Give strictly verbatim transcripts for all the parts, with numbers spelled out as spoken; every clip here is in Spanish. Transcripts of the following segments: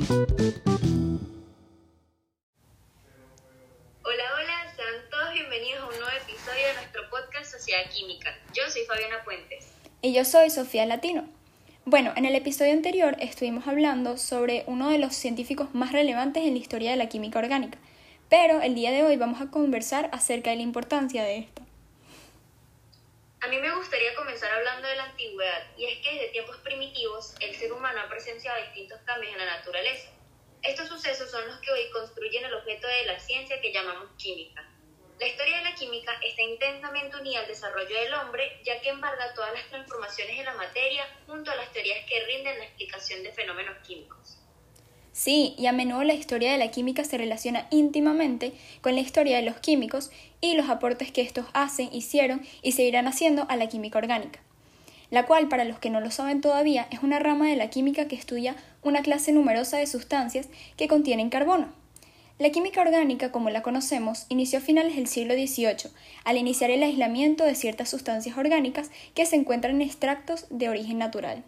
Hola, hola, sean todos bienvenidos a un nuevo episodio de nuestro podcast Sociedad Química. Yo soy Fabiana Puentes. Y yo soy Sofía Latino. Bueno, en el episodio anterior estuvimos hablando sobre uno de los científicos más relevantes en la historia de la química orgánica, pero el día de hoy vamos a conversar acerca de la importancia de esta. A mí me gustaría comenzar hablando de la antigüedad, y es que desde tiempos primitivos el ser humano ha presenciado distintos cambios en la naturaleza. Estos sucesos son los que hoy construyen el objeto de la ciencia que llamamos química. La historia de la química está intensamente unida al desarrollo del hombre, ya que embarga todas las transformaciones en la materia junto a las teorías que rinden la explicación de fenómenos químicos. Sí, y a menudo la historia de la química se relaciona íntimamente con la historia de los químicos y los aportes que estos hacen, hicieron y seguirán haciendo a la química orgánica, la cual, para los que no lo saben todavía, es una rama de la química que estudia una clase numerosa de sustancias que contienen carbono. La química orgánica, como la conocemos, inició a finales del siglo dieciocho, al iniciar el aislamiento de ciertas sustancias orgánicas que se encuentran en extractos de origen natural.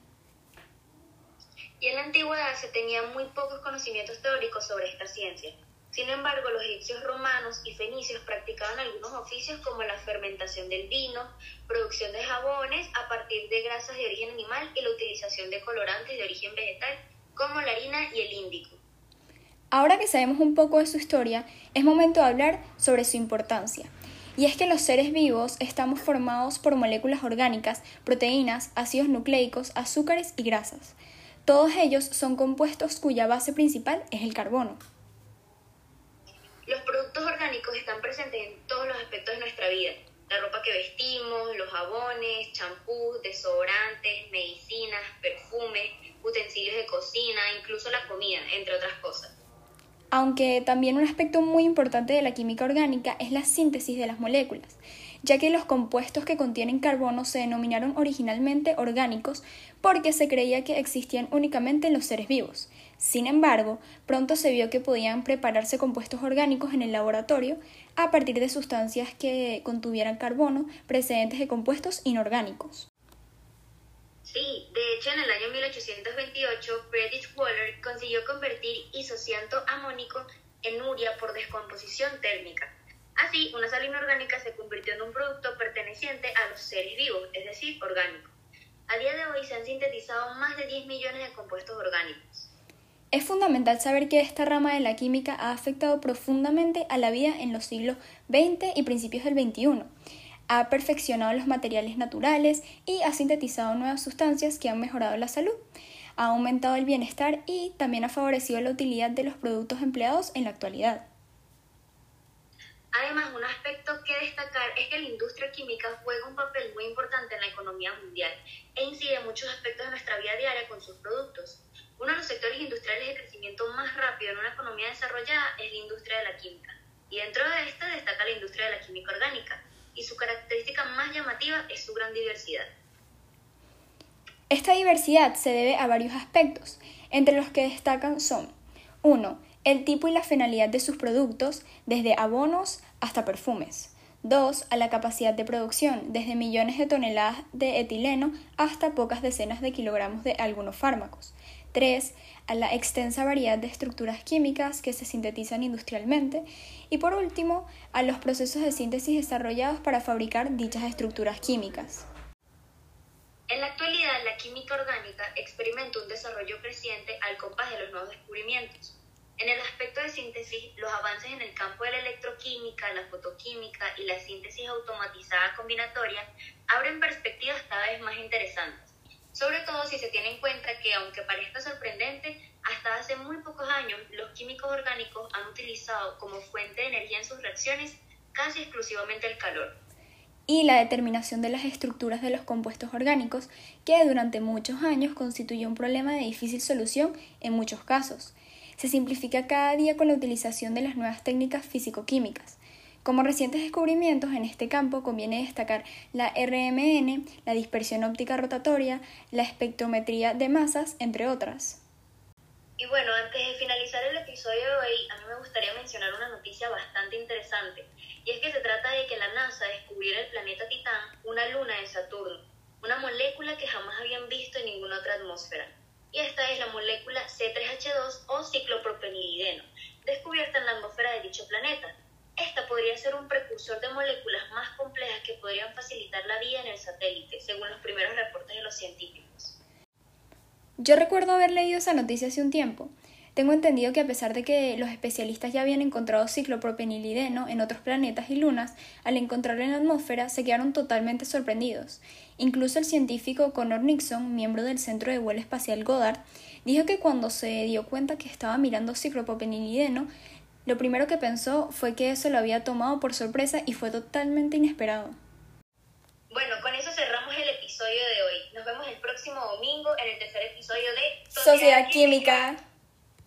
Y en la antigüedad se tenían muy pocos conocimientos teóricos sobre esta ciencia. Sin embargo, los egipcios, romanos y fenicios practicaban algunos oficios como la fermentación del vino, producción de jabones a partir de grasas de origen animal y la utilización de colorantes de origen vegetal como la harina y el índigo. Ahora que sabemos un poco de su historia, es momento de hablar sobre su importancia. Y es que los seres vivos estamos formados por moléculas orgánicas, proteínas, ácidos nucleicos, azúcares y grasas. Todos ellos son compuestos cuya base principal es el carbono. Los productos orgánicos están presentes en todos los aspectos de nuestra vida. La ropa que vestimos, los jabones, champús, desodorantes, medicinas, perfumes, utensilios de cocina, incluso la comida, entre otras cosas. Aunque también un aspecto muy importante de la química orgánica es la síntesis de las moléculas, ya que los compuestos que contienen carbono se denominaron originalmente orgánicos porque se creía que existían únicamente en los seres vivos. Sin embargo, pronto se vio que podían prepararse compuestos orgánicos en el laboratorio a partir de sustancias que contuvieran carbono procedentes de compuestos inorgánicos. Sí, de hecho en el año mil ochocientos veintiocho, Friedrich Wöhler consiguió convertir isocianto amónico en urea por descomposición térmica. Así, una sal inorgánica se convirtió en un producto perteneciente a los seres vivos, es decir, orgánico. A día de hoy se han sintetizado más de diez millones de compuestos orgánicos. Es fundamental saber que esta rama de la química ha afectado profundamente a la vida en los siglos veinte y principios del veintiuno. Ha perfeccionado los materiales naturales y ha sintetizado nuevas sustancias que han mejorado la salud, ha aumentado el bienestar y también ha favorecido la utilidad de los productos empleados en la actualidad. Además, un aspecto que destacar es que la industria química juega un papel muy importante en la economía mundial e incide en muchos aspectos de nuestra vida diaria con sus productos. Uno de los sectores industriales de crecimiento más rápido en una economía desarrollada es la industria de la química, y dentro de esta destaca la industria de la química orgánica, y su característica más llamativa es su gran diversidad. Esta diversidad se debe a varios aspectos, entre los que destacan son uno. El tipo y la finalidad de sus productos, desde abonos hasta perfumes. dos. A la capacidad de producción, desde millones de toneladas de etileno hasta pocas decenas de kilogramos de algunos fármacos. tres. A la extensa variedad de estructuras químicas que se sintetizan industrialmente. Y por último, a los procesos de síntesis desarrollados para fabricar dichas estructuras químicas. En la actualidad, la química orgánica experimenta un desarrollo creciente al compás de los nuevos descubrimientos. En el aspecto de síntesis, los avances en el campo de la electroquímica, la fotoquímica y la síntesis automatizada combinatoria abren perspectivas cada vez más interesantes, sobre todo si se tiene en cuenta que, aunque parezca sorprendente, hasta hace muy pocos años los químicos orgánicos han utilizado como fuente de energía en sus reacciones casi exclusivamente el calor. Y la determinación de las estructuras de los compuestos orgánicos, que durante muchos años constituyó un problema de difícil solución en muchos casos. Se simplifica cada día con la utilización de las nuevas técnicas físico-químicas. Como recientes descubrimientos en este campo conviene destacar la R M N, la dispersión óptica rotatoria, la espectrometría de masas, entre otras. Y bueno, antes de finalizar el episodio de hoy, a mí me gustaría mencionar una noticia bastante interesante, y es que se trata de que la NASA descubrió en el planeta Titán una luna de Saturno, una molécula que jamás habían visto en ninguna otra atmósfera. Y esta es la molécula C tres H dos o dicho planeta. Esta podría ser un precursor de moléculas más complejas que podrían facilitar la vida en el satélite, según los primeros reportes de los científicos. Yo recuerdo haber leído esa noticia hace un tiempo. Tengo entendido que a pesar de que los especialistas ya habían encontrado ciclopropenilideno en otros planetas y lunas, al encontrarlo en la atmósfera se quedaron totalmente sorprendidos. Incluso el científico Connor Nixon, miembro del Centro de Vuelo Espacial Goddard, dijo que cuando se dio cuenta que estaba mirando ciclopropenilideno, lo primero que pensó fue que eso lo había tomado por sorpresa y fue totalmente inesperado. Bueno, con eso cerramos el episodio de hoy. Nos vemos el próximo domingo en el tercer episodio de Sociedad Química.